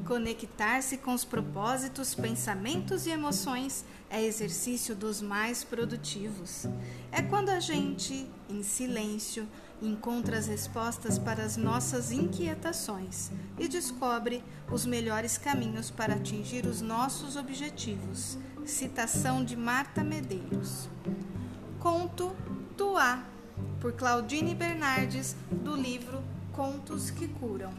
Conectar-se com os propósitos, pensamentos e emoções é exercício dos mais produtivos. É quando a gente, em silêncio, encontra as respostas para as nossas inquietações e descobre os melhores caminhos para atingir os nossos objetivos. Citação de Marta Medeiros. Conto Tuá, por Claudine Bernardes, do livro Contos que Curam.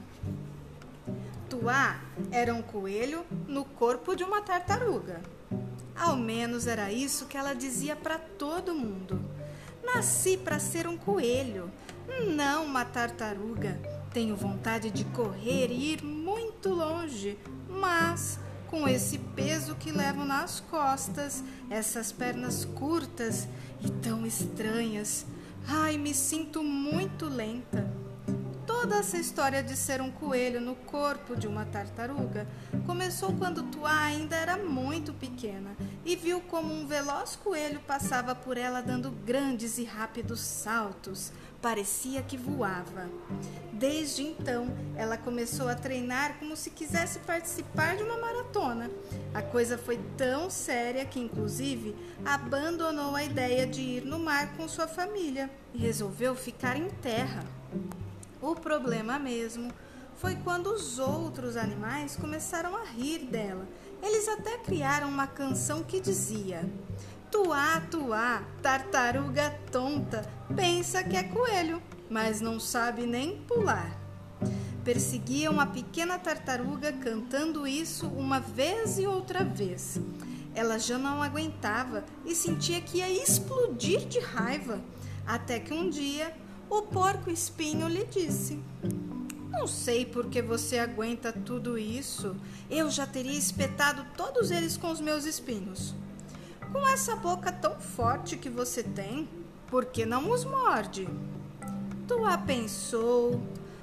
Tuá era um coelho no corpo de uma tartaruga. Ao menos era isso que ela dizia para todo mundo. Nasci para ser um coelho, não uma tartaruga. Tenho vontade de correr e ir muito longe, mas com esse peso que levo nas costas, essas pernas curtas e tão estranhas, me sinto muito lenta. Toda essa história de ser um coelho no corpo de uma tartaruga começou quando Tuá ainda era muito pequena e viu como um veloz coelho passava por ela dando grandes e rápidos saltos. Parecia que voava. Desde então, ela começou a treinar como se quisesse participar de uma maratona. A coisa foi tão séria que, inclusive, abandonou a ideia de ir no mar com sua família e resolveu ficar em terra. O problema mesmo foi quando os outros animais começaram a rir dela. Eles até criaram uma canção que dizia: Tuá, tuá, tartaruga tonta, pensa que é coelho, mas não sabe nem pular. Perseguiam a pequena tartaruga cantando isso uma vez e outra vez. Ela já não aguentava e sentia que ia explodir de raiva, até que um dia o porco-espinho lhe disse: Não sei por que você aguenta tudo isso. Eu já teria espetado todos eles com os meus espinhos. Com essa boca tão forte que você tem, por que não os morde? Tuá pensou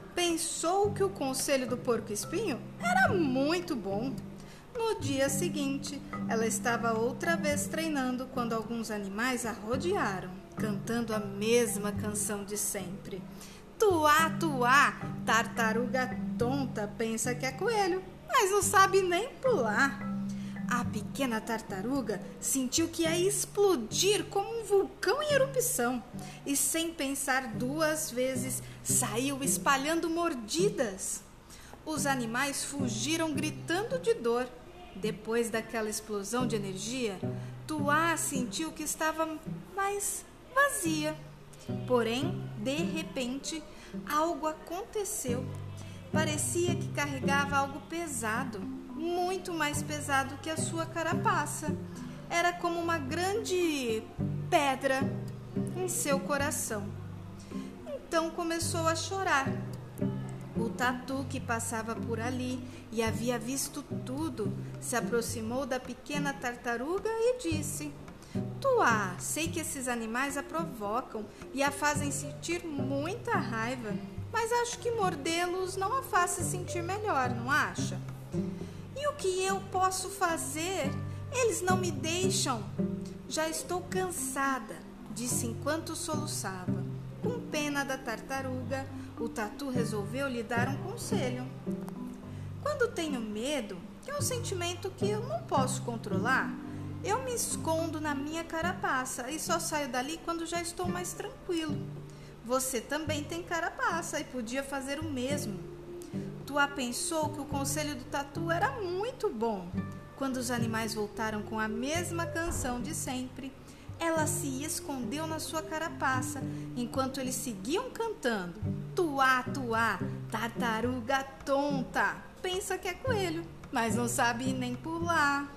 que o conselho do porco-espinho era muito bom. No dia seguinte, ela estava outra vez treinando quando alguns animais a rodearam, cantando a mesma canção de sempre. Tuá, tuá, tartaruga tonta, pensa que é coelho, mas não sabe nem pular. A pequena tartaruga sentiu que ia explodir como um vulcão em erupção e, sem pensar duas vezes, saiu espalhando mordidas. Os animais fugiram gritando de dor. Depois daquela explosão de energia, Tuá sentiu que estava mais vazia. Porém, de repente, algo aconteceu. Parecia que carregava algo pesado, muito mais pesado que a sua carapaça. Era como uma grande pedra em seu coração. Então começou a chorar. O tatu, que passava por ali e havia visto tudo, se aproximou da pequena tartaruga e disse: Tuá, sei que esses animais a provocam e a fazem sentir muita raiva, mas acho que mordê-los não a faz se sentir melhor, não acha? E o que eu posso fazer? Eles não me deixam. Já estou cansada, disse enquanto soluçava. Com pena da tartaruga, o tatu resolveu lhe dar um conselho. Quando tenho medo, que é um sentimento que eu não posso controlar, eu me escondo na minha carapaça e só saio dali quando já estou mais tranquilo. Você também tem carapaça e podia fazer o mesmo. Tuá pensou que o conselho do tatu era muito bom. Quando os animais voltaram com a mesma canção de sempre, ela se escondeu na sua carapaça, enquanto eles seguiam cantando: Tuá, tuá, tartaruga tonta, pensa que é coelho, mas não sabe nem pular.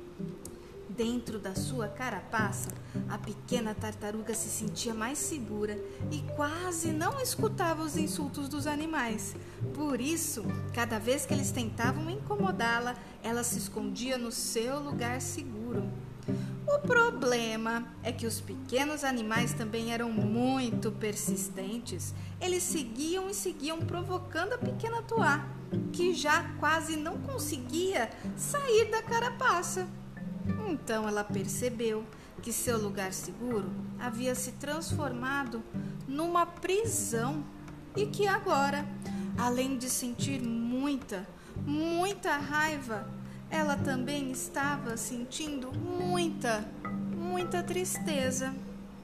Dentro da sua carapaça, a pequena tartaruga se sentia mais segura e quase não escutava os insultos dos animais. Por isso, cada vez que eles tentavam incomodá-la, ela se escondia no seu lugar seguro. O problema é que os pequenos animais também eram muito persistentes. Eles seguiam e seguiam provocando a pequena Tuá, que já quase não conseguia sair da carapaça. Então ela percebeu que seu lugar seguro havia se transformado numa prisão e que agora, além de sentir muita, muita raiva. Ela também estava sentindo muita tristeza.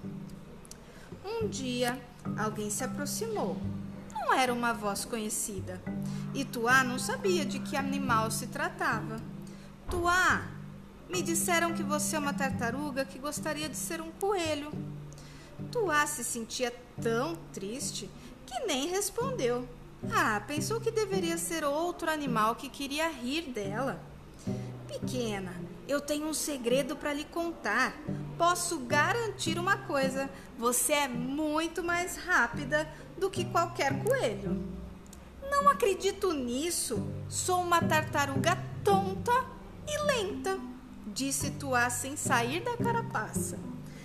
Um dia, alguém se aproximou. Não era uma voz conhecida. E Tuá não sabia de que animal se tratava. Tuá, me disseram que você é uma tartaruga que gostaria de ser um coelho. Tuá se sentia tão triste que nem respondeu. Pensou que deveria ser outro animal que queria rir dela. Pequena, eu tenho um segredo para lhe contar. Posso garantir uma coisa: você é muito mais rápida do que qualquer coelho. Não acredito nisso. Sou uma tartaruga tonta e lenta, disse Tuá sem sair da carapaça.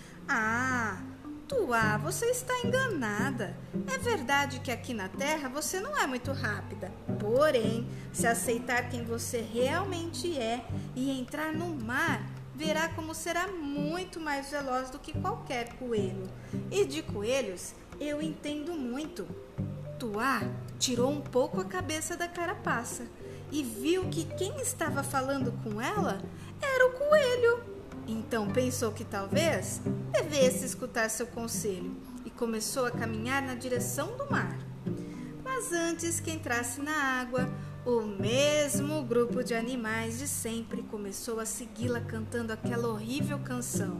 Tuá, você está enganada. É verdade que aqui na Terra você não é muito rápida. Porém, se aceitar quem você realmente é e entrar no mar, verá como será muito mais veloz do que qualquer coelho. E de coelhos eu entendo muito. Tuá tirou um pouco a cabeça da carapaça e viu que quem estava falando com ela era o coelho. Então pensou que talvez devesse escutar seu conselho e começou a caminhar na direção do mar. Mas antes que entrasse na água, o mesmo grupo de animais de sempre começou a segui-la cantando aquela horrível canção.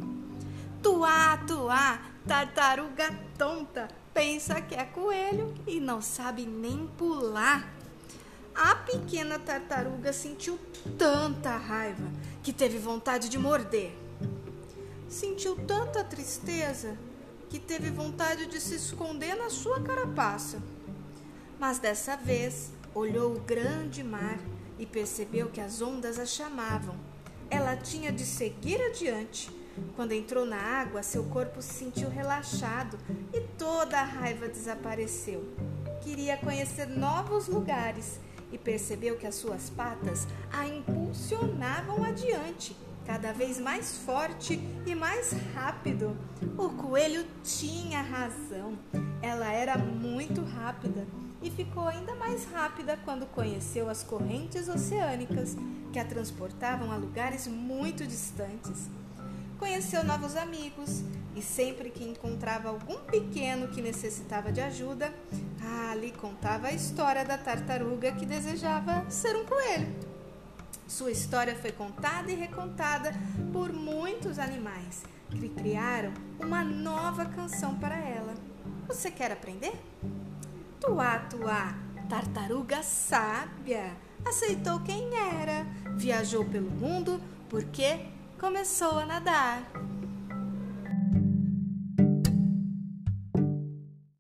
Tuá, Tuá, tartaruga tonta, pensa que é coelho e não sabe nem pular. A pequena tartaruga sentiu tanta raiva que teve vontade de morder. Sentiu tanta tristeza que teve vontade de se esconder na sua carapaça. Mas dessa vez olhou o grande mar e percebeu que as ondas a chamavam. Ela tinha de seguir adiante. Quando entrou na água, seu corpo se sentiu relaxado e toda a raiva desapareceu. Queria conhecer novos lugares e percebeu que as suas patas a impulsionavam adiante, cada vez mais forte e mais rápido. O coelho tinha razão. Ela era muito rápida e ficou ainda mais rápida quando conheceu as correntes oceânicas que a transportavam a lugares muito distantes. Conheceu novos amigos e sempre que encontrava algum pequeno que necessitava de ajuda, lhe contava a história da tartaruga que desejava ser um coelho. Sua história foi contada e recontada por muitos animais que criaram uma nova canção para ela. Você quer aprender? Tuá, Tuá, tartaruga sábia, aceitou quem era, viajou pelo mundo porque começou a nadar.